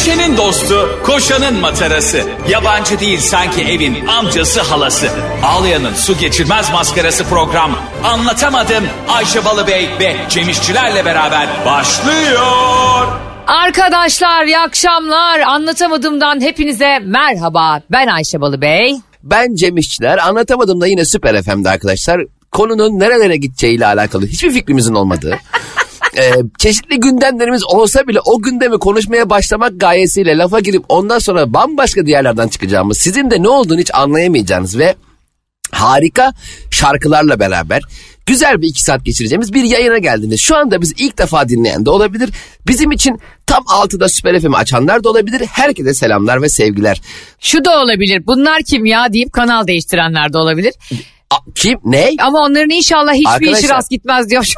Ayşe'nin dostu, koşanın matarası. Yabancı değil sanki evin amcası halası. Ağlayan'ın su geçirmez maskarası program. Anlatamadım Ayşe Balıbey ve Cemişçilerle beraber başlıyor. Arkadaşlar iyi akşamlar. Anlatamadığımdan hepinize merhaba. Ben Ayşe Balıbey. Ben Cem İşçiler. Anlatamadım da yine Süper FM'de arkadaşlar. Konunun nerelere gideceğiyle alakalı hiçbir fikrimizin olmadığı. Çeşitli gündemlerimiz olsa bile o gündemi konuşmaya başlamak gayesiyle lafa girip ondan sonra bambaşka diğerlerden çıkacağımız, sizin de ne olduğunu hiç anlayamayacağınız ve harika şarkılarla beraber güzel bir 2 saat geçireceğimiz bir yayına geldiniz. Şu anda bizi ilk defa dinleyen de olabilir. Bizim için tam 6'da Süper FM'i açanlar da olabilir. Herkese selamlar ve sevgiler. Şu da olabilir. Bunlar kim ya deyip kanal değiştirenler de olabilir. Kim? Ne? Ama onların inşallah hiçbir Arkadaşlar, işi rast gitmez diyor.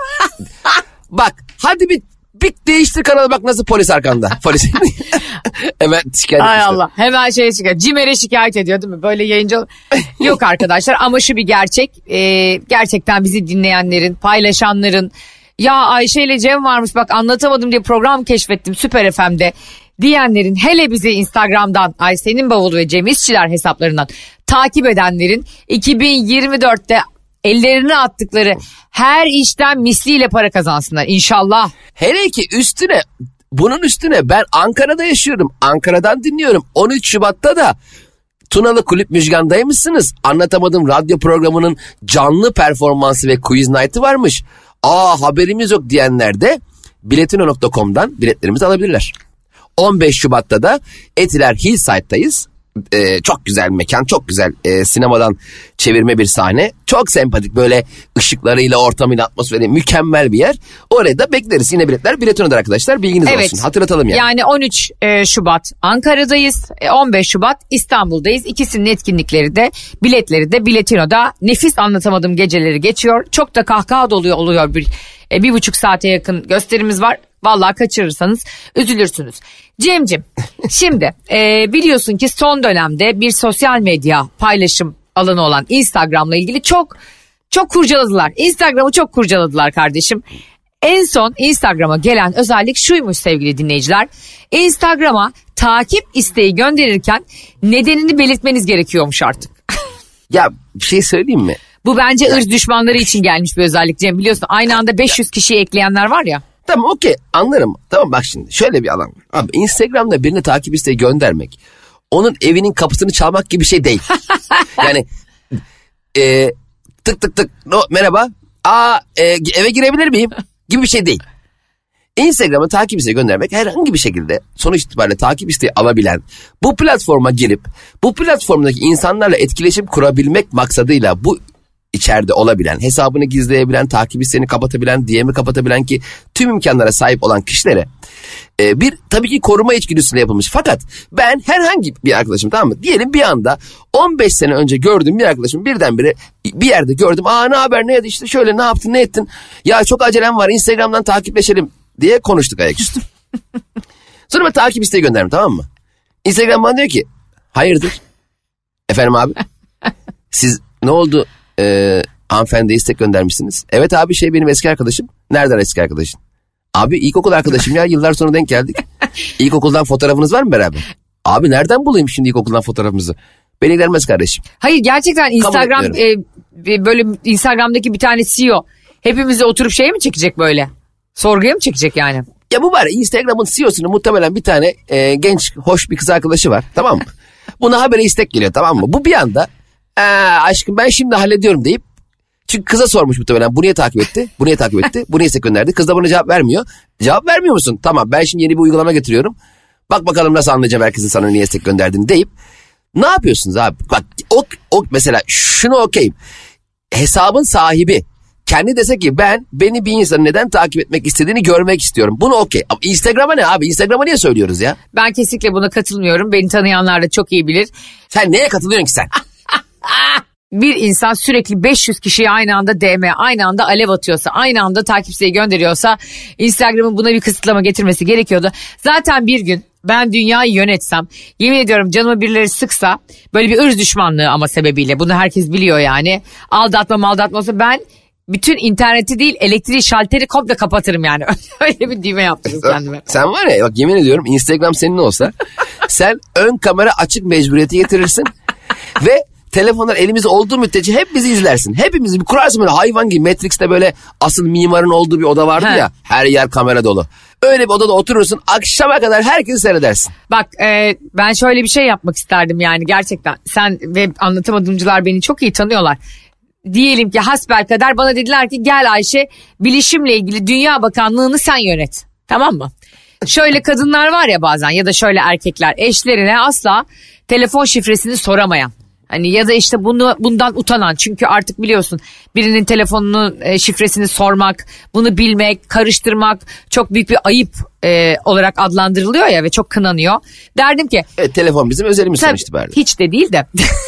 Bak hadi bir değiştir kanalı, bak nasıl polis arkanda. Polis. Hemen şikayet Hay etmişler. Allah, hemen şikayet. Cimer'e şikayet ediyor değil mi? Böyle yayıncı. Yok arkadaşlar, ama şu bir gerçek. Gerçekten bizi dinleyenlerin, paylaşanların, ya Ayşe ile Cem varmış bak anlatamadım diye program keşfettim Süper FM'de diyenlerin, hele bizi Instagram'dan Ayşe'nin Bavulu ve Cem İşçiler hesaplarından takip edenlerin 2024'te ellerini attıkları her işten misliyle para kazansınlar inşallah. Hele ki bunun üstüne ben Ankara'da yaşıyorum. Ankara'dan dinliyorum. 13 Şubat'ta da Tunalı Kulüp Müjgan'daymışsınız. Anlatamadım radyo programının canlı performansı ve quiz night'ı varmış. Haberimiz yok diyenler de biletino.com'dan biletlerimizi alabilirler. 15 Şubat'ta da Etiler Hillside'dayız. Çok güzel bir mekan, çok güzel sinemadan çevirme bir sahne. Çok sempatik, böyle ışıklarıyla, ortamıyla, atmosferi mükemmel bir yer. Oraya da bekleriz. Yine biletler Biletino'da arkadaşlar, bilginiz olsun. Hatırlatalım yani. Yani 13 Şubat Ankara'dayız, 15 Şubat İstanbul'dayız. İkisinin etkinlikleri de, biletleri de Biletino'da. Nefis Anlatamadığım geceleri geçiyor. Çok da kahkaha dolu oluyor. Bir buçuk saate yakın gösterimiz var. Vallahi kaçırırsanız üzülürsünüz. Cem'cim şimdi biliyorsun ki son dönemde bir sosyal medya paylaşım alanı olan Instagram'la ilgili çok kurcaladılar. Instagram'ı çok kurcaladılar kardeşim. En son Instagram'a gelen özellik şuymuş sevgili dinleyiciler. Instagram'a takip isteği gönderirken nedenini belirtmeniz gerekiyormuş artık. Ya bir şey söyleyeyim mi? Bu bence ırz düşmanları için gelmiş bir özellik Cem, biliyorsun. Aynı anda 500 kişiyi ekleyenler var ya. Tamam, okey, anlarım. Tamam, bak şimdi şöyle bir alan var. Abi Instagram'da birine takip isteği göndermek onun evinin kapısını çalmak gibi bir şey değil. Yani tık tık tık merhaba eve girebilir miyim gibi bir şey değil. Instagram'a takip isteği göndermek herhangi bir şekilde sonuç itibariyle takip isteği alabilen, bu platforma girip bu platformdaki insanlarla etkileşim kurabilmek maksadıyla bu içeride olabilen, hesabını gizleyebilen, takip isteğini kapatabilen, DM'i kapatabilen ki tüm imkanlara sahip olan kişilere bir tabii ki koruma içgüdüsüyle yapılmış. Fakat ben herhangi bir arkadaşım, tamam mı? Diyelim bir anda 15 sene önce gördüğüm bir arkadaşım birdenbire bir yerde gördüm. Ne haber, ne işte şöyle, ne yaptın, ne ettin? Ya çok acelem var, Instagram'dan takipleşelim diye konuştuk ayaküstü. Sonra ben takip isteği gönderdim, tamam mı? Instagram bana diyor ki hayırdır? Efendim abi? Siz ne oldu? Hanımefendi istek göndermişsiniz. Evet abi, benim eski arkadaşım. Nereden eski arkadaşın? Abi ilkokul arkadaşım ya, yıllar sonra denk geldik. İlkokuldan fotoğrafınız var mı beraber? Abi nereden bulayım şimdi ilkokuldan fotoğrafımızı? Beni gelmez kardeşim. Hayır, gerçekten Instagram böyle Instagram'daki bir tane CEO hepimizi oturup mi çekecek böyle? Sorguya mı çekecek yani? Ya bu var ya, Instagram'ın CEO'sunun muhtemelen bir tane genç hoş bir kız arkadaşı var, tamam mı? Buna habere istek geliyor, tamam mı? Bu bir anda aşkım ben şimdi hallediyorum deyip, çünkü kıza sormuş muhtemelen, bu niye takip etti, bu niye takip etti, bu niye istek gönderdi, kız da buna cevap vermiyor. Cevap vermiyor musun? Tamam, ben şimdi yeni bir uygulama getiriyorum, bak bakalım nasıl anlayacağım herkesin sana niye istek gönderdiğini deyip, ne yapıyorsunuz abi? Bak o mesela şunu okeyim, hesabın sahibi kendi dese ki beni bir insanın neden takip etmek istediğini görmek istiyorum, bunu okey. Ama Instagram'a ne abi? Instagram'a niye söylüyoruz ya? Ben kesinlikle buna katılmıyorum. Beni tanıyanlar da çok iyi bilir. Sen neye katılıyorsun ki sen? Bir insan sürekli 500 kişiye aynı anda DM, aynı anda alev atıyorsa, aynı anda takip isteği gönderiyorsa Instagram'ın buna bir kısıtlama getirmesi gerekiyordu. Zaten bir gün ben dünyayı yönetsem, yemin ediyorum canıma birileri sıksa, böyle bir ırz düşmanlığı ama sebebiyle, bunu herkes biliyor yani, aldatma olsa, ben bütün interneti değil elektriği şalteri komple kapatırım yani. Öyle bir düğme yaptım kendime. Sen var ya bak yemin ediyorum Instagram senin olsa sen ön kamera açık mecburiyeti getirirsin ve telefonlar elimizde olduğu müddetçe hep bizi izlersin. Hepimizi bir kurarsın böyle hayvan gibi. Matrix'te böyle asıl mimarın olduğu bir oda vardı ya. Her yer kamera dolu. Öyle bir odada oturursun akşama kadar herkesi seyredersin. Bak ben şöyle bir şey yapmak isterdim yani gerçekten. Sen ve anlatamadımcılar beni çok iyi tanıyorlar. Diyelim ki hasbelkader bana dediler ki gel Ayşe bilişimle ilgili Dünya Bakanlığı'nı sen yönet. Tamam mı? Şöyle kadınlar var ya bazen ya da şöyle erkekler eşlerine asla telefon şifresini soramayan. Hani ya da işte bundan utanan çünkü artık biliyorsun birinin telefonunun şifresini sormak, bunu bilmek, karıştırmak çok büyük bir ayıp olarak adlandırılıyor ya ve çok kınanıyor. Derdim ki. Evet telefon bizim özelimiz sonuçta bari. Hiç de değil de.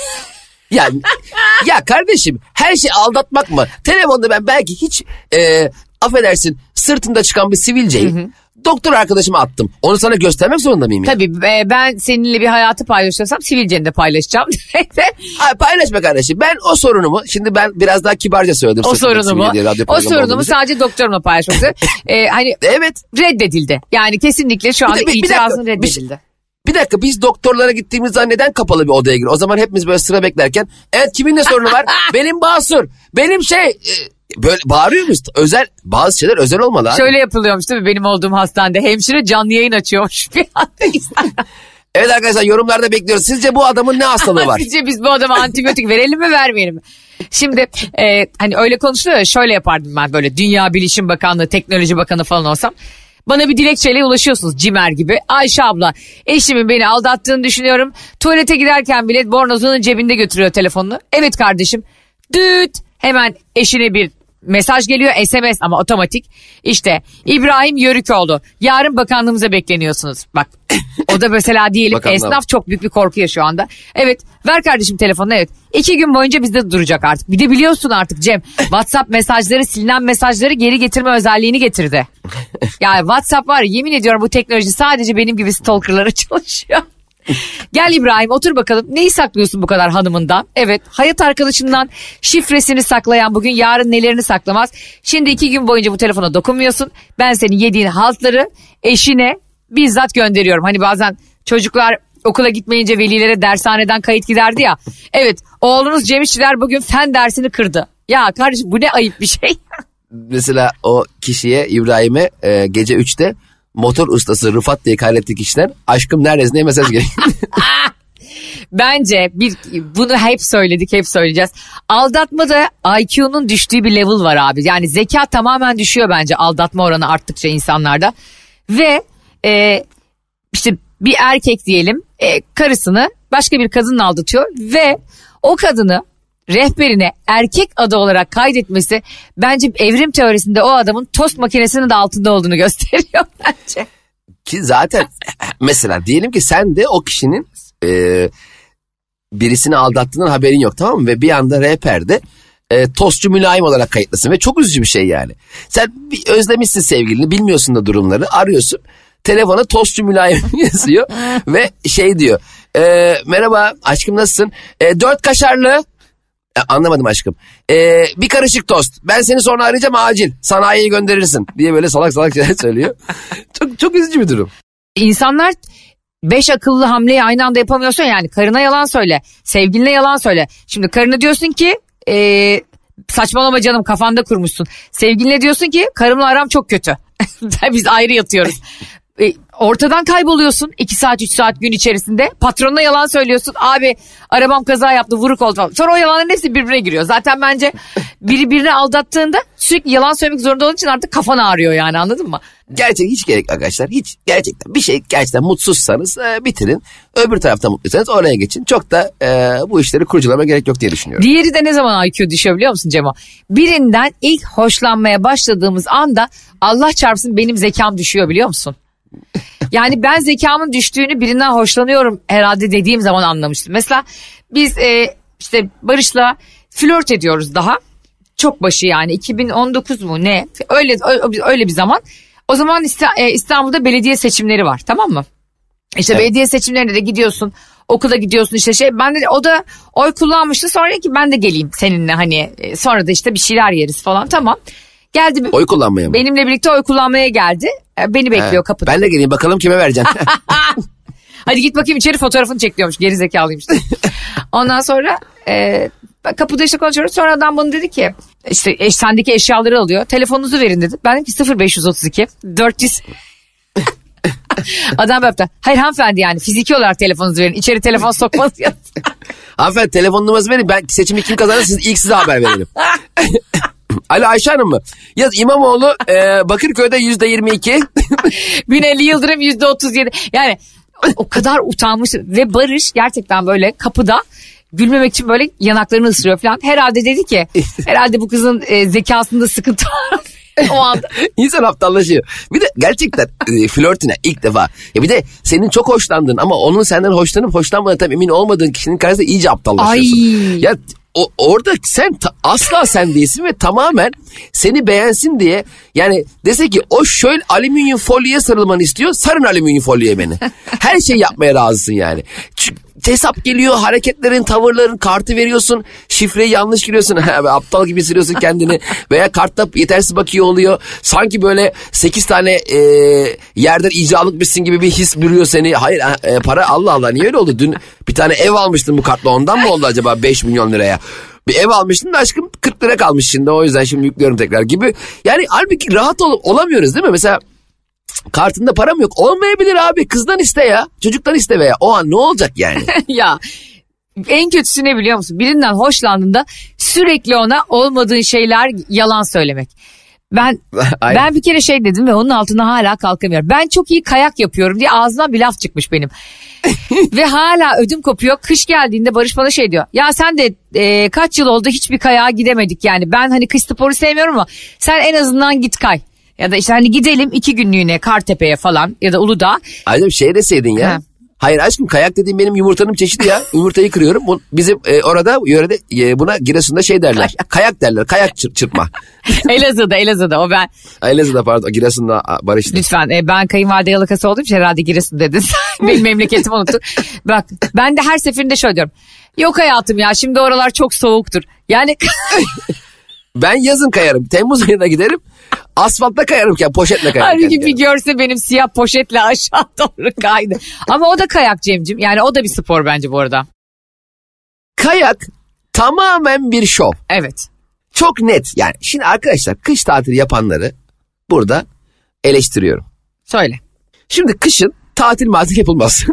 Ya kardeşim her şey aldatmak mı? Telefonda ben belki hiç affedersin sırtında çıkan bir sivilceyi doktor arkadaşıma attım. Onu sana göstermek zorunda mıyım? Tabii ben seninle bir hayatı paylaşıyorsam sivilceni de paylaşacağım. Paylaşma kardeşim. Ben o sorunumu şimdi ben biraz daha kibarca söyledim. O sorunumu sadece doktorumla paylaşmak istiyorum. Hani evet. Reddedildi. Yani kesinlikle şu anda itirazın reddedildi. Bir dakika biz doktorlara gittiğimiz zaman neden kapalı bir odaya giriyor? O zaman hepimiz böyle sıra beklerken evet kimin ne sorunu var? Benim Basur. Benim böyle bağırıyor muyuz? Bazı şeyler özel olmalı abi. Şöyle yapılıyormuş değil mi benim olduğum hastanede? Hemşire canlı yayın açıyormuş bir anda. Evet arkadaşlar yorumlarda bekliyoruz. Sizce bu adamın ne hastalığı var? Sizce biz bu adama antibiyotik verelim mi vermeyelim mi? Şimdi hani öyle konuşuluyor ya şöyle yapardım ben böyle Dünya Bilişim Bakanlığı, Teknoloji Bakanı falan olsam. Bana bir dilekçeyle ulaşıyorsunuz cimer gibi. Ayşe abla eşimin beni aldattığını düşünüyorum. Tuvalete giderken bile bornozunun cebinde götürüyor telefonunu. Evet kardeşim. Düt hemen eşine bir mesaj geliyor SMS ama otomatik. İşte İbrahim Yörükoğlu yarın bakanlığımıza bekleniyorsunuz. Bak o da mesela diyelim esnaf çok büyük bir korku yaşıyor şu anda. Evet ver kardeşim telefonunu evet. 2 gün boyunca bizde duracak artık. Bir de biliyorsun artık Cem WhatsApp mesajları silinen mesajları geri getirme özelliğini getirdi. Yani WhatsApp var ya yemin ediyorum bu teknoloji sadece benim gibi stalkerlara çalışıyor. Gel İbrahim otur bakalım neyi saklıyorsun bu kadar hanımından? Evet hayat arkadaşından şifresini saklayan bugün yarın nelerini saklamaz. Şimdi 2 gün boyunca bu telefona dokunmuyorsun. Ben senin yediğin haltları eşine bizzat gönderiyorum. Hani bazen çocuklar okula gitmeyince velilere dershaneden kayıt giderdi ya. Evet oğlunuz Cem İşçiler bugün fen dersini kırdı. Ya kardeşim bu ne ayıp bir şey. Mesela o kişiye İbrahim'e gece 3'te motor ustası Rıfat diye kaydettiği kişiden aşkım neredesin diye mesaj geliyor. Bence bunu hep söyledik hep söyleyeceğiz. Aldatmada IQ'nun düştüğü bir level var abi. Yani zeka tamamen düşüyor bence aldatma oranı arttıkça insanlarda. Ve işte bir erkek diyelim karısını başka bir kadınla aldatıyor ve o kadını rehberine erkek adı olarak kaydetmesi bence evrim teorisinde o adamın tost makinesinin de altında olduğunu gösteriyor bence. Ki zaten mesela diyelim ki sen de o kişinin birisini aldattığından haberin yok tamam mı? Ve bir anda rehberde tostçu mülayim olarak kayıtlısın ve çok üzücü bir şey yani. Sen özlemişsin sevgilini bilmiyorsun da durumları arıyorsun. Telefona tostçu mülayim yazıyor ve şey diyor merhaba aşkım nasılsın? 4 kaşarlı. Anlamadım aşkım. Bir karışık tost. Ben seni sonra arayacağım acil. Sanayiye gönderirsin diye böyle salak salak şeyler söylüyor. Çok üzücü bir durum. İnsanlar 5 akıllı hamleyi aynı anda yapamıyorsun yani. Karına yalan söyle. Sevgiline yalan söyle. Şimdi karına diyorsun ki saçmalama canım kafanda kurmuşsun. Sevgiline diyorsun ki karımla aram çok kötü. Biz ayrı yatıyoruz. Ortadan kayboluyorsun 2 saat 3 saat gün içerisinde. Patronuna yalan söylüyorsun. Abi arabam kaza yaptı vuruk oldu falan. Sonra o yalanların hepsi birbirine giriyor. Zaten bence biri birini aldattığında sürekli yalan söylemek zorunda olduğu için artık kafan ağrıyor yani anladın mı? Gerçekten hiç gerek arkadaşlar. Hiç gerçekten bir şey gerçekten mutsuzsanız bitirin. Öbür tarafta mutluysanız oraya geçin. Çok da bu işleri kurcalama gerek yok diye düşünüyorum. Diğeri de ne zaman IQ düşüyor biliyor musun Cemo? Birinden ilk hoşlanmaya başladığımız anda Allah çarpsın benim zekam düşüyor biliyor musun? Yani ben zekamın düştüğünü birinden hoşlanıyorum herhalde dediğim zaman anlamıştım. Mesela biz işte Barış'la flört ediyoruz daha. Çok başı yani 2019 mu ne? Öyle bir zaman. O zaman İstanbul'da belediye seçimleri var tamam mı? İşte belediye seçimlerine de gidiyorsun. okula gidiyorsun işte şey. Ben de o da oy kullanmıştı, sonra ki ben de geleyim seninle hani sonra da işte bir şeyler yeriz falan, tamam. Geldi. Oy kullanmaya mı? Benimle birlikte oy kullanmaya geldi. Beni bekliyor kapıda. Ben de geleyim bakalım kime vereceksin. Hadi git bakayım içeri, fotoğrafını çek diyormuş, gerizekalıymış. Ondan sonra kapıda işte konuşuyoruz. Sonra adam bana dedi ki işte sendeki eşyaları alıyor. Telefonunuzu verin dedi. Ben dedim ki 0532 400. Adam böyle, hayır hanımefendi yani fiziki olarak telefonunuzu verin. İçeri telefon sokmaz ya. Hanımefendi telefon numarası verin, ben seçimi kim kazanır ilk size haber verelim. Alo Ayşe Hanım mı? Yaz İmamoğlu Bakırköy'de %22. Binali Yıldırım %37. Yani o kadar utanmış ve Barış gerçekten böyle kapıda gülmemek için böyle yanaklarını ısırıyor falan. Herhalde dedi ki herhalde bu kızın zekasında sıkıntı var. O anda. İnsan aptallaşıyor. Bir de gerçekten flörtüne ilk defa. Ya bir de senin çok hoşlandığın ama onun senden hoşlanıp hoşlanmadığına tam emin olmadığın kişinin karşısında iyice aptallaşıyorsun. Ay. Ya orada sen asla sen değilsin ve tamamen seni beğensin diye, yani dese ki o şöyle alüminyum folyoya sarılmanı istiyor, sarın alüminyum folyoya beni. Her şey yapmaya razısın yani. Hesap geliyor, hareketlerin, tavırların, kartı veriyorsun, şifreyi yanlış giriyorsun, aptal gibi hissediyorsun kendini veya kartta yetersiz bakiye oluyor. Sanki böyle 8 tane yerden icralıkmışsın gibi bir his bürüyor seni. Hayır para Allah Allah niye öyle oldu? Dün bir tane ev almıştın bu kartla, ondan mı oldu acaba 5 milyon liraya? Bir ev almıştın da aşkım 40 lira kalmış şimdi, o yüzden şimdi yüklüyorum tekrar gibi. Yani halbuki rahat olamıyoruz değil mi? Mesela kartında param yok. Olmayabilir abi. Kızdan iste ya. Çocuktan iste veya. O an ne olacak yani? Ya en kötüsü ne biliyor musun? Birinden hoşlandığında sürekli ona olmadığın şeyler yalan söylemek. Ben bir kere şey dedim ve onun altına hala kalkamıyorum. Ben çok iyi kayak yapıyorum diye ağzımdan bir laf çıkmış benim. Ve hala ödüm kopuyor. Kış geldiğinde Barış bana şey diyor. Ya sen de kaç yıl oldu hiçbir kayağa gidemedik yani. Ben hani kış sporu sevmiyorum ama sen en azından git kay. Ya da işte hani gidelim 2 günlüğüne Kartepe'ye falan ya da Uludağ. Ayrıca şey deseydin ya. Ha. Hayır aşkım, kayak dediğim benim yumurtanın çeşidi ya. Yumurtayı kırıyorum. Bizim orada yörede buna Giresun'da şey derler. Kayak derler. Kayak çırpma. Elazığ'da o ben. Elazığ'da pardon, Giresun'da barıştık. Lütfen ben kayınvalide yalakası olduğum için herhalde Giresun dedin. Benim memleketimi unuttun. Bak ben de her seferinde şöyle diyorum. Yok hayatım ya şimdi oralar çok soğuktur. Yani... Ben yazın kayarım. Temmuz ayında giderim. Asfaltta kayarım ki, poşetle kayarım. Halbuki bir görse benim siyah poşetle aşağı doğru kaydı. Ama o da kayak Cem'cim. Yani o da bir spor bence bu arada. Kayak tamamen bir şov. Evet. Çok net. Yani şimdi arkadaşlar kış tatili yapanları burada eleştiriyorum. Söyle. Şimdi kışın tatil yapılmaz.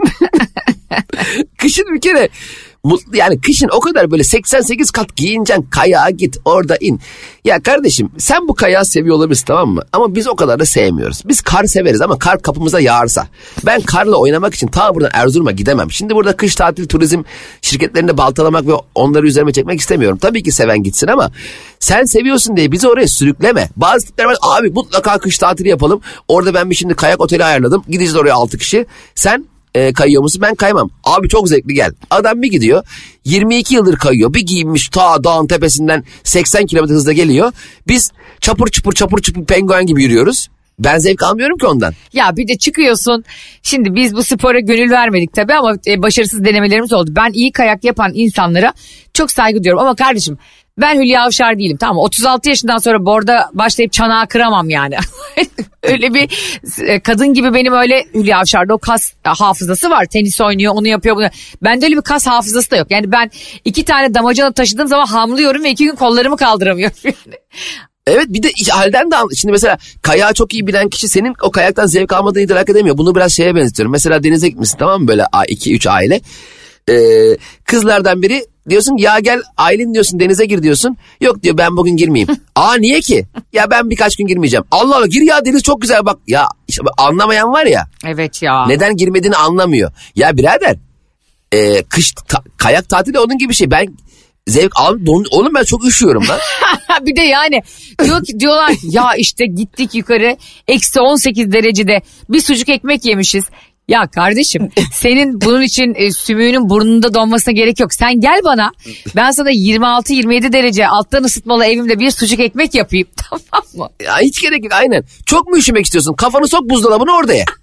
Kışın bir kere mutlu, yani kışın o kadar böyle 88 kat giyineceksin, kayağa git orada in. Ya kardeşim sen bu kayağı seviyor olabilirsin, tamam mı? Ama biz o kadar da sevmiyoruz. Biz kar severiz ama kar kapımıza yağarsa. Ben karla oynamak için ta buradan Erzurum'a gidemem. Şimdi burada kış tatil turizm şirketlerinde baltalamak ve onları üzerime çekmek istemiyorum. Tabii ki seven gitsin ama sen seviyorsun diye bizi oraya sürükleme. Bazı tipler var, abi mutlaka kış tatili yapalım. Orada ben bir şimdi kayak oteli ayarladım. Gideceğiz oraya 6 kişi. Sen kayıyor musun? Ben kaymam. Abi çok zevkli, gel. Adam bir gidiyor 22 yıldır kayıyor. Bir giyinmiş ta dağın tepesinden 80 kilometre hızla geliyor. Biz çapur çupur penguen gibi yürüyoruz. Ben zevk almıyorum ki ondan. Ya bir de çıkıyorsun. Şimdi biz bu spora gönül vermedik tabii ama başarısız denemelerimiz oldu. Ben iyi kayak yapan insanlara çok saygı duyuyorum. Ama kardeşim ben Hülya Avşar değilim, tamam mı? 36 yaşından sonra borda başlayıp çanağı kıramam yani. Öyle bir kadın gibi benim öyle Hülya Avşar'da o kas hafızası var. Tenis oynuyor, onu yapıyor, bunu. Bende öyle bir kas hafızası da yok. Yani ben 2 tane damacana taşıdığım zaman hamlıyorum ve 2 gün kollarımı kaldıramıyorum yani. Evet, bir de halden de şimdi mesela kayağı çok iyi bilen kişi senin o kayaktan zevk almadığını idrak edemiyor. Bunu biraz şeye benzetiyorum. Mesela denize gitmişsin, tamam mı, böyle 2-3 aile. Kızlardan biri diyorsun ya gel Aylin diyorsun, denize gir diyorsun. Yok diyor, ben bugün girmeyeyim. Niye ki? Ya ben birkaç gün girmeyeceğim. Allah Allah, gir ya, deniz çok güzel bak. Ya işte anlamayan var ya. Evet ya. Neden girmediğini anlamıyor. Ya birader kış kayak tatili onun gibi bir şey. Ben zevk oğlum ben çok üşüyorum lan. Bir de yani diyorlar ya işte gittik yukarı -18 derecede bir sucuk ekmek yemişiz. Ya kardeşim senin bunun için sümüğünün burnunda donmasına gerek yok. Sen gel bana, ben sana 26-27 derece alttan ısıtmalı evimde bir sucuk ekmek yapayım, tamam mı? Ya hiç gerek yok, aynen. Çok mu üşümek istiyorsun? Kafanı sok buzdolabına orada ye.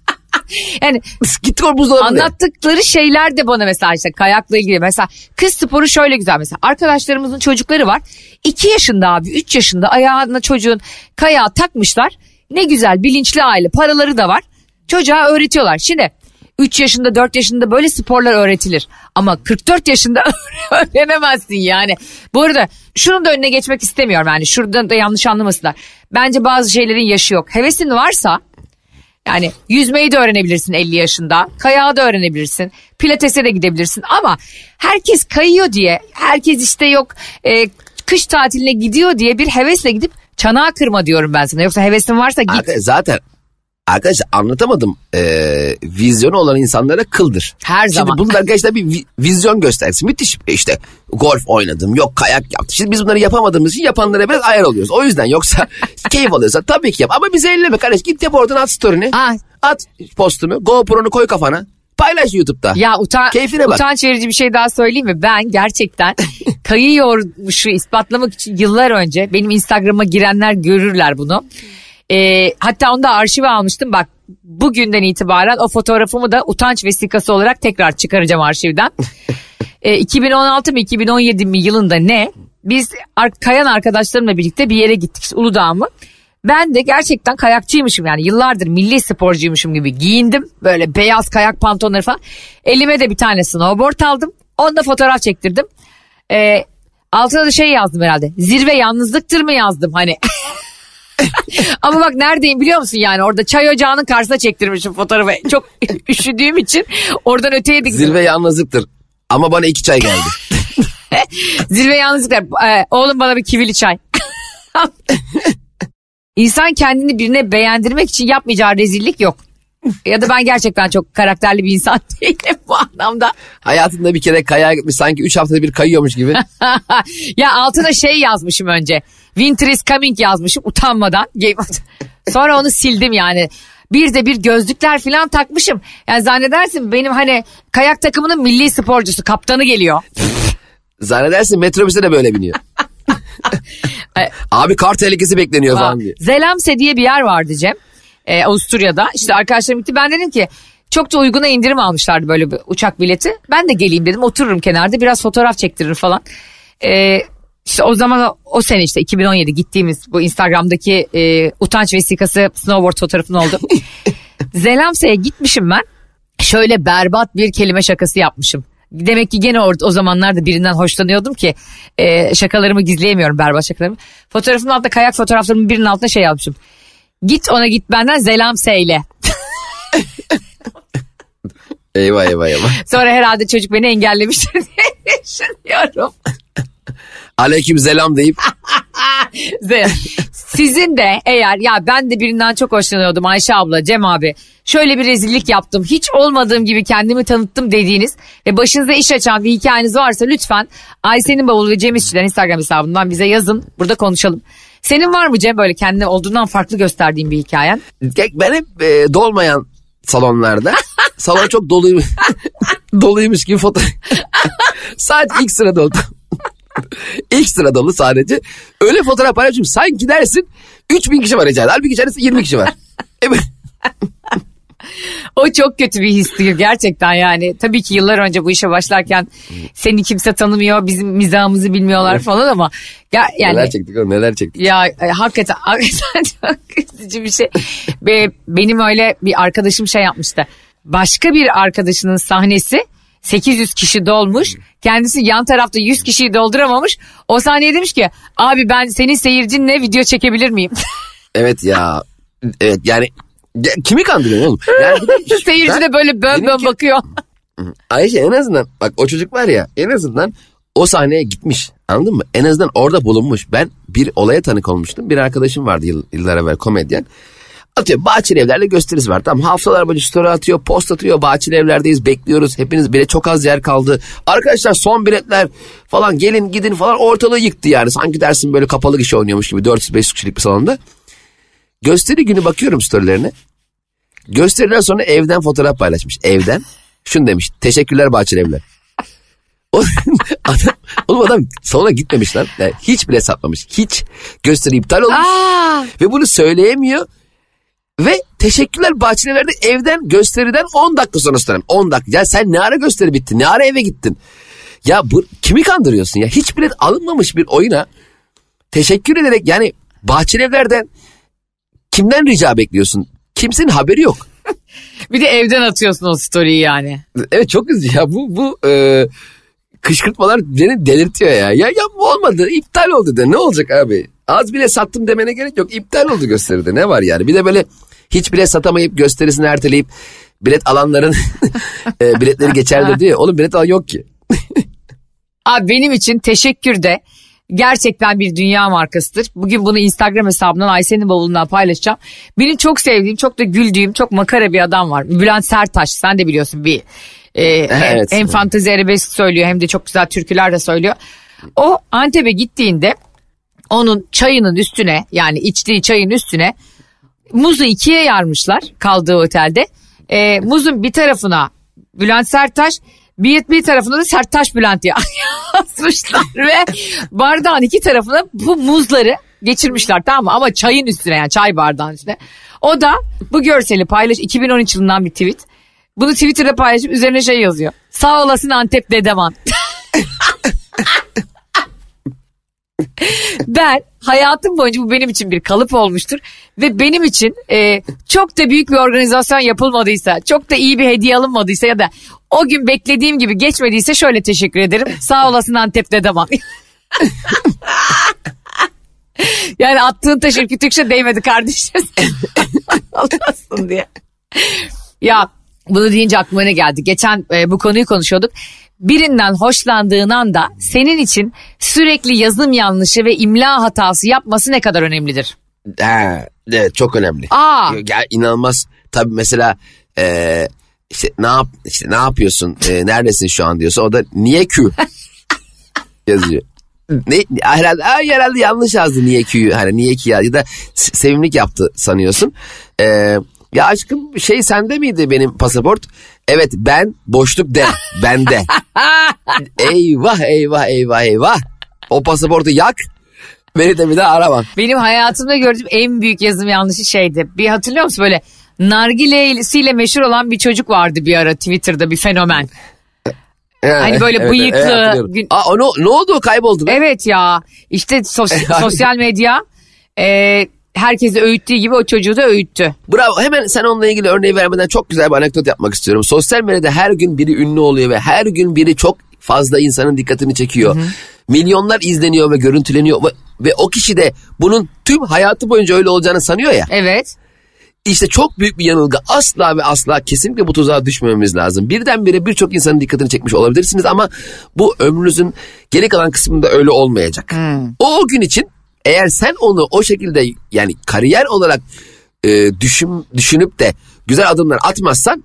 Yani Git koy buzdolabına. anlattıkları şeyler de bana mesela işte kayakla ilgili. Mesela kız sporu şöyle güzel mesela. Arkadaşlarımızın çocukları var. 2 yaşında abi 3 yaşında ayağına çocuğun kayağı takmışlar. Ne güzel bilinçli aile, paraları da var. Çocuğa öğretiyorlar. Şimdi 3 yaşında 4 yaşında böyle sporlar öğretilir. Ama 44 yaşında öğrenemezsin yani. Bu arada şunun da önüne geçmek istemiyorum yani. Şuradan da yanlış anlamasınlar. Bence bazı şeylerin yaşı yok. Hevesin varsa yani yüzmeyi de öğrenebilirsin 50 yaşında. Kayağı da öğrenebilirsin. Pilatese de gidebilirsin. Ama herkes kayıyor diye, herkes işte yok kış tatiline gidiyor diye bir hevesle gidip çanağı kırma diyorum ben sana. Yoksa hevesin varsa git. Zaten arkadaşlar anlatamadım. Vizyonu olan insanlara kıldır. Her zaman. Şimdi bunlar gerçekten bir vizyon göstersin. Müthiş işte golf oynadım, yok kayak yaptım. Şimdi biz bunları yapamadığımız için yapanlara biraz ayar oluyoruz. O yüzden yoksa keyif alıyorsa tabii ki yap. Ama bizi elleme kardeş. Git yap oradan at story'ni. At postunu, GoPro'nu koy kafana. Paylaş YouTube'da. Ya keyfine bak. utanç verici bir şey daha söyleyeyim mi? Ben gerçekten kayıyormuşu ispatlamak için yıllar önce benim Instagram'a girenler görürler bunu. Hatta onu da arşive almıştım. Bak bugünden itibaren o fotoğrafımı da utanç vesikası olarak tekrar çıkaracağım arşivden. 2016 mı 2017 mi yılında ne? Biz kayan arkadaşlarımla birlikte bir yere gittik. Uludağ mı? Ben de gerçekten kayakçıymışım yani yıllardır milli sporcuymuşum gibi giyindim. Böyle beyaz kayak pantolonları falan. Elime de bir tane snowboard aldım. Onunla fotoğraf çektirdim. Altına da şey yazdım herhalde. Zirve yalnızlıktır mı yazdım hani. Ama bak neredeyim biliyor musun yani orada çay ocağının karşısına çektirmişim fotoğrafı. Çok üşüdüğüm için oradan öteye diktim. Zirve yalnızlıktır ama bana 2 çay geldi. Zirve yalnızlıktır. Oğlum bana bir kivili çay. İnsan kendini birine beğendirmek için yapmayacağı rezillik yok. Ya da ben gerçekten çok karakterli bir insan değilim bu anlamda. Hayatında bir kere kayağa gitmiş sanki 3 haftada bir kayıyormuş gibi. Ya altına şey yazmışım önce. Winter is coming yazmışım utanmadan. Sonra onu sildim yani. Bir de bir gözlükler falan takmışım. Yani zannedersin benim hani kayak takımının milli sporcusu kaptanı geliyor. Zannedersin metrobüse de böyle biniyor. Abi kar tehlikesi bekleniyor falan diye. Zelamse diye bir yer vardı Cem. Avusturya'da. İşte arkadaşlarım gitti. Ben dedim ki çok da uyguna indirim almışlardı böyle bir uçak bileti. Ben de geleyim dedim. Otururum kenarda biraz fotoğraf çektiririm falan. İşte o zaman o sene işte 2017 gittiğimiz bu Instagram'daki utanç vesikası snowboard fotoğrafın oldu. Zelamse'ye gitmişim ben. Şöyle berbat bir kelime şakası yapmışım. Demek ki gene o zamanlarda birinden hoşlanıyordum ki şakalarımı gizleyemiyorum berbat şakalarımı. Fotoğrafımın altında kayak fotoğraflarımın birinin altına şey yazmışım. Git ona git benden Zelamse'yle. Eyvah. Sonra herhalde çocuk beni engellemiştir diye düşünüyorum. Aleyküm selam deyip. Sizin de eğer ya ben de birinden çok hoşlanıyordum Ayşe abla, Cem abi. Şöyle bir rezillik yaptım. Hiç olmadığım gibi kendimi tanıttım dediğiniz ve başınıza iş açan bir hikayeniz varsa lütfen Ayşe'nin bavulu ve Cem İşçilerin Instagram hesabından bize yazın. Burada konuşalım. Senin var mı Cem böyle kendini olduğundan farklı gösterdiğin bir hikayen? Ben hep dolmayan salonlarda. Salon çok doluymuş gibi fotoğraf. Sadece ilk sırada oldu. İlk sıra dolu sadece. Öyle fotoğraf paylaşıyorum. Sanki dersin 3000 kişi var içeride. Halbuki içeride 20 kişi var. O çok kötü bir histi gerçekten yani. Tabii ki yıllar önce bu işe başlarken seni kimse tanımıyor, bizim mizahımızı bilmiyorlar falan ama ya yani neler çektik. Ya hakikaten çok üzücü bir şey. Benim öyle bir arkadaşım şey yapmıştı. Başka bir arkadaşının sahnesi 800 kişi dolmuş. Kendisi yan tarafta 100 kişiyi dolduramamış. O sahneye demiş ki abi ben senin seyircinle video çekebilir miyim? Evet ya. Evet yani kimi kandırıyorsun oğlum? Yani seyirci de böyle bön bakıyor. Ayşe en azından bak o çocuk var ya en azından o sahneye gitmiş. Anladın mı? En azından orada bulunmuş. Ben bir olaya tanık olmuştum. Bir arkadaşım vardı yıllar evvel komedyen. Atıyor Bahçeli Evler'le gösterisi var. Tamam haftalar boyunca story atıyor, post atıyor. Bahçeli Evler'deyiz, bekliyoruz. Hepiniz bile çok az yer kaldı. Arkadaşlar son biletler falan gelin gidin falan ortalığı yıktı yani. Sanki dersin böyle kapalı gişe oynuyormuş gibi 400-500 kişilik bir salonda. Gösteri günü bakıyorum storylerine. Gösteriden sonra evden fotoğraf paylaşmış. Evden. Şunu demiş. Teşekkürler Bahçeli Evler. Adam salona gitmemiş lan. Yani hiç bile satmamış. Hiç gösteri iptal olmuş. Ve bunu söyleyemiyor. Ve teşekkürler Bahçelievler'de evden gösteriden 10 dakika sonra sorarım. 10 dakika. Ya sen ne ara gösteri bitti? Ne ara eve gittin? Ya kimi kandırıyorsun ya? Hiç bilet alınmamış bir oyuna teşekkür ederek, yani Bahçelievler'den kimden rica bekliyorsun? Kimsenin haberi yok. Bir de evden atıyorsun o story'yi yani. Evet, çok üzücü ya. Bu kışkırtmalar beni delirtiyor ya. Ya bu olmadı, iptal oldu de, ne olacak abi? Az bile sattım demene gerek yok. İptal oldu gösteride, ne var yani? Bir de böyle hiç bile satamayıp gösterisini erteleyip bilet alanların biletleri geçerli diyor. Oğlum bilet alan yok ki. Abi benim için teşekkür de gerçekten bir dünya markasıdır. Bugün bunu Instagram hesabından Ayşe'nin bavulundan paylaşacağım. Benim çok sevdiğim, çok da güldüğüm, çok makara bir adam var. Bülent Serttaş, sen de biliyorsun, bir evet. hem fantezi arabesk söylüyor hem de çok güzel türküler de söylüyor. O Antep'e gittiğinde onun çayının üstüne, yani içtiği çayın üstüne muzu ikiye yarmışlar kaldığı otelde. Muzun bir tarafına Bülent Serttaş, bir tarafına da Serttaş Bülent yazmışlar ve bardağın iki tarafına bu muzları geçirmişler, tamam mı? Ama çayın üstüne, yani çay bardağın üstüne. O da bu görseli 2013 yılından bir tweet. Bunu Twitter'da paylaşıp üzerine şey yazıyor. Sağ olasın Antep dedeman. Ben hayatım boyunca, bu benim için bir kalıp olmuştur ve benim için çok da büyük bir organizasyon yapılmadıysa, çok da iyi bir hediye alınmadıysa ya da o gün beklediğim gibi geçmediyse şöyle teşekkür ederim. Sağ olasın Antep dedeman. Yani attığın taş ürkü tükşe değmedi kardeşim. Olmasın diye. Ya bunu deyince aklıma ne geldi? Geçen bu konuyu konuşuyorduk. Birinden hoşlandığın anda senin için sürekli yazım yanlışı ve imla hatası yapması ne kadar önemlidir? Evet, çok önemli. Ya inanılmaz. Tabii mesela işte ne yapıyorsun? Neredesin şu an diyorsa, o da niye Q yazıyor. Herhalde yanlış yazdı niye Q'yu. Hani niye Q ya da sevimlilik yaptı sanıyorsun. Ya aşkım sende miydi benim pasaport? Evet, ben boşluk de bende. Eyvah. O pasaportu yak, beni de bir daha arama. Benim hayatımda gördüğüm en büyük yazım yanlışı şeydi. Bir hatırlıyor musun, böyle nargilesiyle meşhur olan bir çocuk vardı bir ara Twitter'da, bir fenomen. Hani böyle bıyıklı. Ne oldu, o kayboldu mu? Evet ya, işte sosyal medya herkesi öğüttüğü gibi o çocuğu da öğüttü. Bravo, hemen sen onunla ilgili örneği vermeden çok güzel bir anekdot yapmak istiyorum. Sosyal medyada her gün biri ünlü oluyor ve her gün biri çok fazla insanın dikkatini çekiyor. Hı-hı. Milyonlar izleniyor ve görüntüleniyor ve o kişi de bunun tüm hayatı boyunca öyle olacağını sanıyor ya. Evet. İşte çok büyük bir yanılgı. Asla ve asla, kesinlikle bu tuzağa düşmememiz lazım. Birdenbire birçok insanın dikkatini çekmiş olabilirsiniz ama bu ömrünüzün geri kalan kısmında öyle olmayacak. O gün için eğer sen onu o şekilde, yani kariyer olarak düşünüp de güzel adımlar atmazsan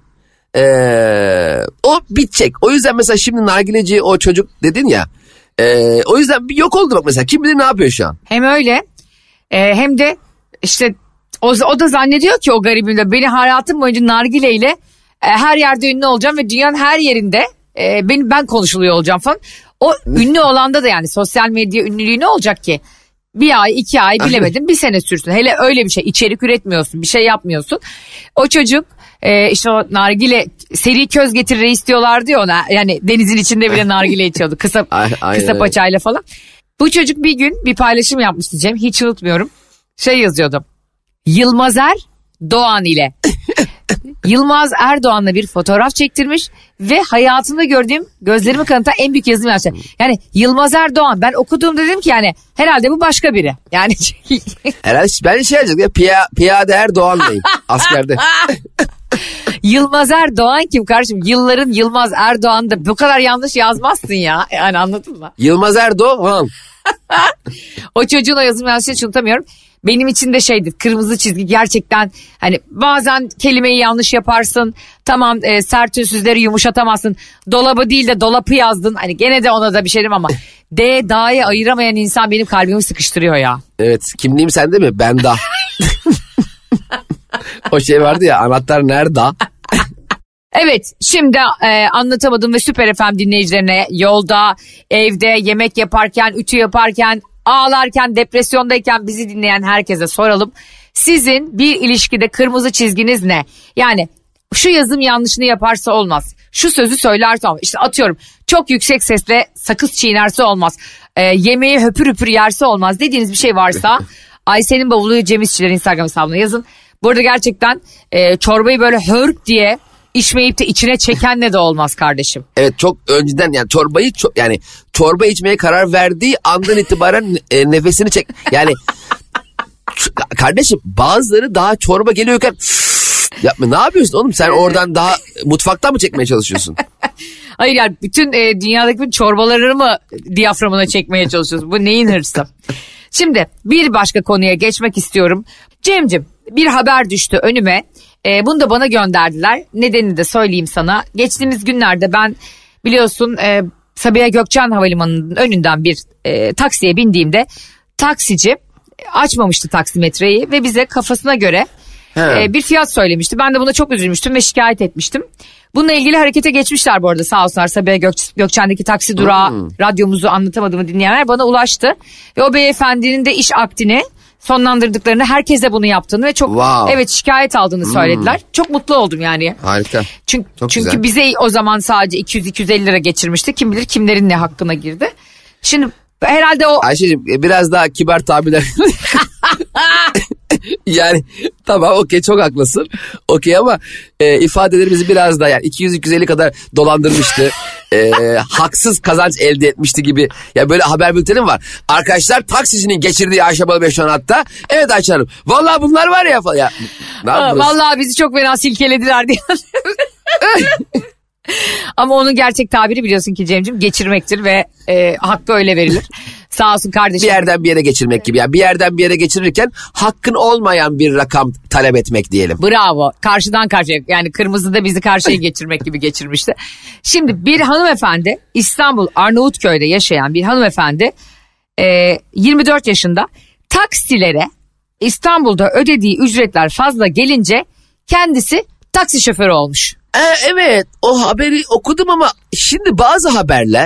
o bitecek. O yüzden mesela şimdi nargileci o çocuk dedin ya, o yüzden bir yok oldu bak mesela. Kim bilir ne yapıyor şu an. Hem öyle hem de işte o da zannediyor ki, o garibim de, beni hayatım boyunca nargileyle her yerde ünlü olacağım ve dünyanın her yerinde ben konuşuluyor olacağım falan. O ünlü olanda da, yani sosyal medya ünlülüğü ne olacak ki? Bir ay, 2 ay, bilemedim, bir sene sürsün. Hele öyle bir şey, içerik üretmiyorsun, bir şey yapmıyorsun. O çocuk işte o nargile, seri köz getirir istiyorlardı ya ona. Yani denizin içinde bile nargile içiyordu. Kısa paçayla falan. Bu çocuk bir gün bir paylaşım yapmıştı Cem. Hiç unutmuyorum. Yazıyordu. Yılmaz Erdoğan ile. Yılmaz Erdoğan'la bir fotoğraf çektirmiş ve hayatımda gördüğüm, gözlerimi kanıtan en büyük yazım yazmış. Yani Yılmaz Erdoğan, ben okuduğumda dedim ki yani herhalde bu başka biri. Yani herhalde ben yazacak ya, Piyade Erdoğan'layım askerde. Yılmaz Erdoğan kim kardeşim? Yılların Yılmaz Erdoğan da bu kadar yanlış yazmazsın ya. Yani anladın mı? Yılmaz Erdoğan. O çocuğun o yazım yanlışını hiç unutamıyorum. Benim için de şeydir, kırmızı çizgi gerçekten, hani bazen kelimeyi yanlış yaparsın, tamam sert ünsüzleri yumuşatamazsın, dolabı değil de dolapı yazdın, hani gene de ona da bir şey diyeyim ama D'yi ayıramayan insan benim kalbimi sıkıştırıyor ya. Evet, kimliğim sende mi? Ben da. O şey vardı ya, anahtar nerede? Evet, şimdi anlatamadım ve Süper FM dinleyicilerine yolda, evde, yemek yaparken, ütü yaparken, ağlarken, depresyondayken bizi dinleyen herkese soralım. Sizin bir ilişkide kırmızı çizginiz ne? Yani şu yazım yanlışını yaparsa olmaz. Şu sözü söylerse olmaz. İşte atıyorum çok yüksek sesle sakız çiğnerse olmaz. Yemeği höpür höpür yerse olmaz dediğiniz bir şey varsa Ayşe'nin bavulu Cem İşçiler Instagram hesabına yazın. Bu arada gerçekten çorbayı böyle hörk diye içmeyip de içine çekenle de olmaz kardeşim. Evet, çok önceden yani yani çorba içmeye karar verdiği andan itibaren nefesini çek. Yani kardeşim bazıları daha çorba geliyorken yapma, ne yapıyorsun oğlum sen oradan daha mutfaktan mı çekmeye çalışıyorsun? Hayır yani bütün dünyadaki bütün çorbaları mı diyaframına çekmeye çalışıyorsun? Bu neyin hırsı? Şimdi bir başka konuya geçmek istiyorum. Cem'cim bir haber düştü önüme. Bunu da bana gönderdiler. Nedenini de söyleyeyim sana. Geçtiğimiz günlerde ben biliyorsun Sabiha Gökçen Havalimanı'nın önünden bir taksiye bindiğimde taksici açmamıştı taksimetreyi ve bize kafasına göre bir fiyat söylemişti. Ben de buna çok üzülmüştüm ve şikayet etmiştim. Bununla ilgili harekete geçmişler bu arada sağ olsunlar. Sabiha Gökçen'deki taksi durağı radyomuzu anlatamadığımı dinleyenler bana ulaştı. Ve o beyefendinin de iş akdini sonlandırdıklarını, herkese bunu yaptığını ve çok evet şikayet aldığını söylediler. Çok mutlu oldum yani. Harika. Çünkü bize o zaman sadece 200-250 lira geçirmişti. Kim bilir kimlerin ne hakkına girdi. Şimdi herhalde o... Ayşe'cim biraz daha kibar tabirler. Yani tamam okey, çok haklısın. Okey ama ifadelerimizi biraz daha yani 200-250 kadar dolandırmıştı. Haksız kazanç elde etmişti gibi. Ya böyle haber bültenim var. Arkadaşlar taksicinin geçirdiği Ayşe Balıbey şu an hatta. Evet Ayşe Hanım. Vallahi bunlar var ya falan. Ya, vallahi bizi çok fena silkelediler diye. Ama onun gerçek tabiri biliyorsun ki Cem'ciğim geçirmektir ve hakkı öyle verilir. Sağ olsun kardeşim. Bir yerden bir yere geçirmek gibi. Yani bir yerden bir yere geçirirken hakkın olmayan bir rakam talep etmek diyelim. Bravo. Karşıdan karşıya yani kırmızıda bizi karşıya geçirmek gibi geçirmişti. Şimdi bir hanımefendi İstanbul Arnavutköy'de yaşayan bir hanımefendi 24 yaşında taksilere İstanbul'da ödediği ücretler fazla gelince kendisi taksi şoförü olmuş. Evet o haberi okudum ama şimdi bazı haberler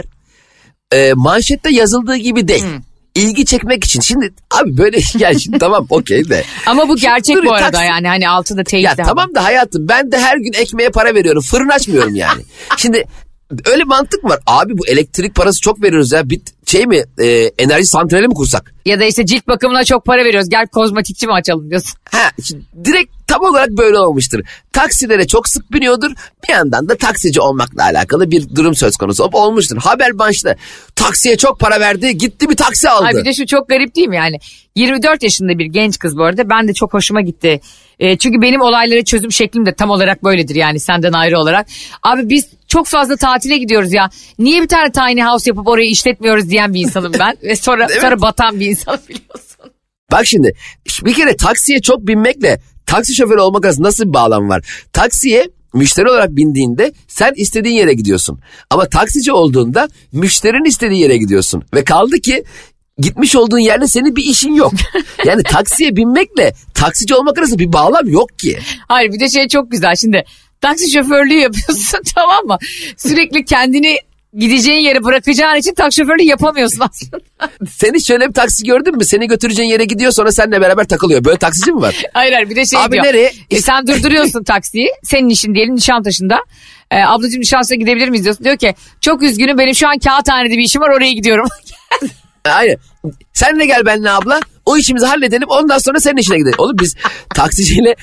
manşette yazıldığı gibi değil. İlgi çekmek için. Şimdi abi böyle yani şimdi tamam okey de. Ama bu gerçek bu arada yani hani altında teyit. Ya tamam da hayatım ben de her gün ekmeğe para veriyorum. Fırın açmıyorum yani. Şimdi öyle mantık var. Abi bu elektrik parası çok veriyoruz ya. Bir şey mi enerji santrali mi kursak? Ya da işte cilt bakımına çok para veriyoruz. Gel kozmetikçi mi açalım diyorsun. Direkt tam olarak böyle olmuştur. Taksilere çok sık biniyordur. Bir yandan da taksici olmakla alakalı bir durum söz konusu olmuştur. Haber başta taksiye çok para verdi, gitti bir taksi aldı. Ay bir de şu çok garip değil mi yani? 24 yaşında bir genç kız bu arada. Ben de çok hoşuma gitti. Çünkü benim olaylara çözüm şeklim de tam olarak böyledir yani senden ayrı olarak. Abi biz çok fazla tatile gidiyoruz ya. Niye bir tane tiny house yapıp orayı işletmiyoruz diyen bir insanım ben. Ve sonra batan bir insan biliyorsun. Bak şimdi bir kere taksiye çok binmekle taksi şoförü olmak arasında nasıl bir bağlam var? Taksiye müşteri olarak bindiğinde sen istediğin yere gidiyorsun. Ama taksici olduğunda müşterinin istediği yere gidiyorsun. Ve kaldı ki gitmiş olduğun yerde senin bir işin yok. Yani taksiye binmekle taksici olmak arasında bir bağlam yok ki. Hayır bir de şey çok güzel şimdi taksi şoförlüğü yapıyorsun tamam mı? Sürekli kendini gideceğin yere bırakacağın için taksi şoförlüğü yapamıyorsun aslında. Seni şöyle bir taksi gördün mü? Seni götüreceğin yere gidiyor sonra seninle beraber takılıyor. Böyle taksici mi var? Hayır bir de şey abi diyor. Nereye? Sen durduruyorsun taksiyi. Senin işin diyelim Nişantaşı'nda. Ablacığım Nişantaşı'na gidebilir miyiz diyorsun. Diyor ki çok üzgünüm benim şu an Kağıthane'de bir işim var oraya gidiyorum. Aynen. Sen de gel benimle abla. O işimizi halledelim ondan sonra senin işine gidelim. Oğlum biz taksiciyle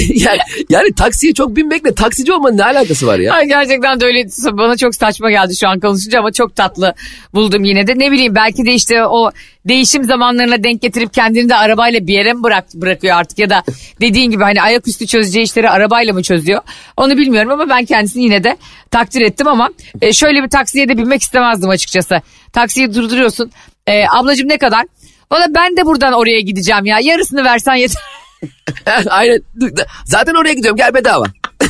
yani taksiye çok binmekle taksici olmanın ne alakası var ya? Ay gerçekten de öyle bana çok saçma geldi şu an konuşunca ama çok tatlı buldum yine de. Ne bileyim belki de işte o değişim zamanlarına denk getirip kendini de arabayla bir yere mi bırakıyor artık ya da dediğin gibi hani ayaküstü çözeceği işleri arabayla mı çözüyor? Onu bilmiyorum ama ben kendisini yine de takdir ettim ama şöyle bir taksiye de binmek istemezdim açıkçası. Taksiyi durduruyorsun. Ablacığım ne kadar? Valla ben de buradan oraya gideceğim ya. Yarısını versen yeter. Aynen. Zaten oraya gidiyorum gel bedava.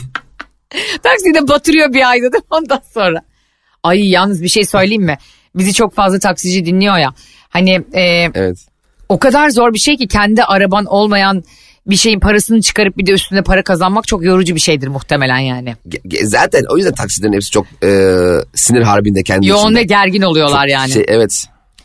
Taksiyi de batırıyor bir ayda değil mi ondan sonra? Ay yalnız bir şey söyleyeyim mi? Bizi çok fazla taksici dinliyor ya. Hani evet. O kadar zor bir şey ki kendi araban olmayan bir şeyin parasını çıkarıp bir de üstüne para kazanmak çok yorucu bir şeydir muhtemelen yani. Zaten o yüzden taksilerin hepsi çok sinir harbinde kendi yoğun içinde. ve gergin oluyorlar çok yani. Evet.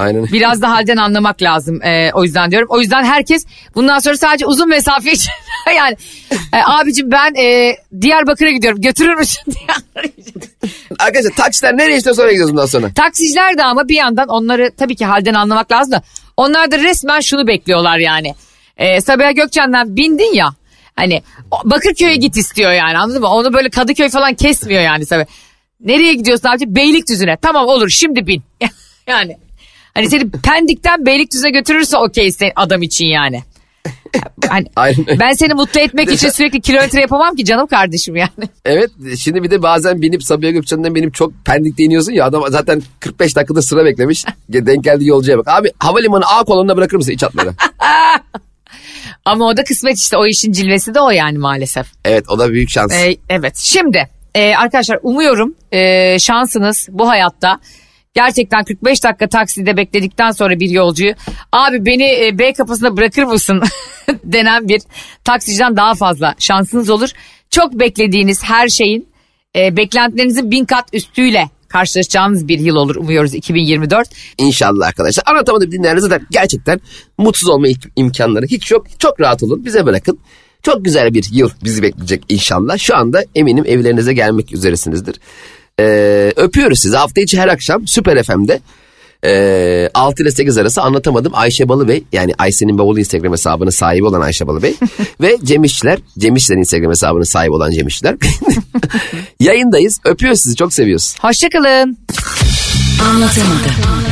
Aynen. Biraz da halden anlamak lazım. O yüzden diyorum. O yüzden herkes bundan sonra sadece uzun mesafe için yani abicim ben Diyarbakır'a gidiyorum. Götürür müsün? Arkadaşlar taksiler nereye istiyorsa oraya gidiyoruz bundan sonra. Taksiciler de ama bir yandan onları tabii ki halden anlamak lazım da onlar da resmen şunu bekliyorlar yani. Sabiha Gökçen'den bindin ya hani Bakırköy'e git istiyor yani, anladın mı? Onu böyle Kadıköy falan kesmiyor yani Sabiha. Nereye gidiyorsun abi? Beylikdüzü'ne. Tamam olur şimdi bin. Yani hani seni Pendik'ten Beylikdüzü'ne götürürse okey adam için yani. Hani ben seni mutlu etmek için sürekli kilometre yapamam ki canım kardeşim yani. Evet, şimdi bir de bazen binip Sabiha Gökçen'den benim çok Pendik'te iniyorsun ya, adam zaten 45 dakikada sıra beklemiş. Denk geldi yolcuya bak. Abi havalimanı A kolonuna bırakır mısın iç hatları? Ama o da kısmet işte, o işin cilvesi de o yani maalesef. Evet, o da büyük şans. Evet şimdi arkadaşlar umuyorum şansınız bu hayatta. Gerçekten 45 dakika takside bekledikten sonra bir yolcuyu abi beni B kapısına bırakır mısın denen bir taksiciden daha fazla şansınız olur. Çok beklediğiniz her şeyin beklentilerinizin 1000 kat üstüyle karşılaşacağınız bir yıl olur umuyoruz 2024. İnşallah arkadaşlar. Anlatamadım dinleyenlerinize de gerçekten mutsuz olma imkanları hiç yok. Çok rahat olun, bize bırakın. Çok güzel bir yıl bizi bekleyecek inşallah. Şu anda eminim evlerinize gelmek üzeresinizdir. Öpüyoruz sizi. Hafta içi her akşam Süper FM'de 6 ile 8 arası Anlatamadım Ayşe Balıbey, yani Ayşe'nin bavulu Instagram hesabının sahibi olan Ayşe Balıbey ve Cem İşçilerin Instagram hesabının sahibi olan Cem İşçiler yayındayız. Öpüyoruz sizi, çok seviyoruz. Hoşçakalın. Anlatamadım.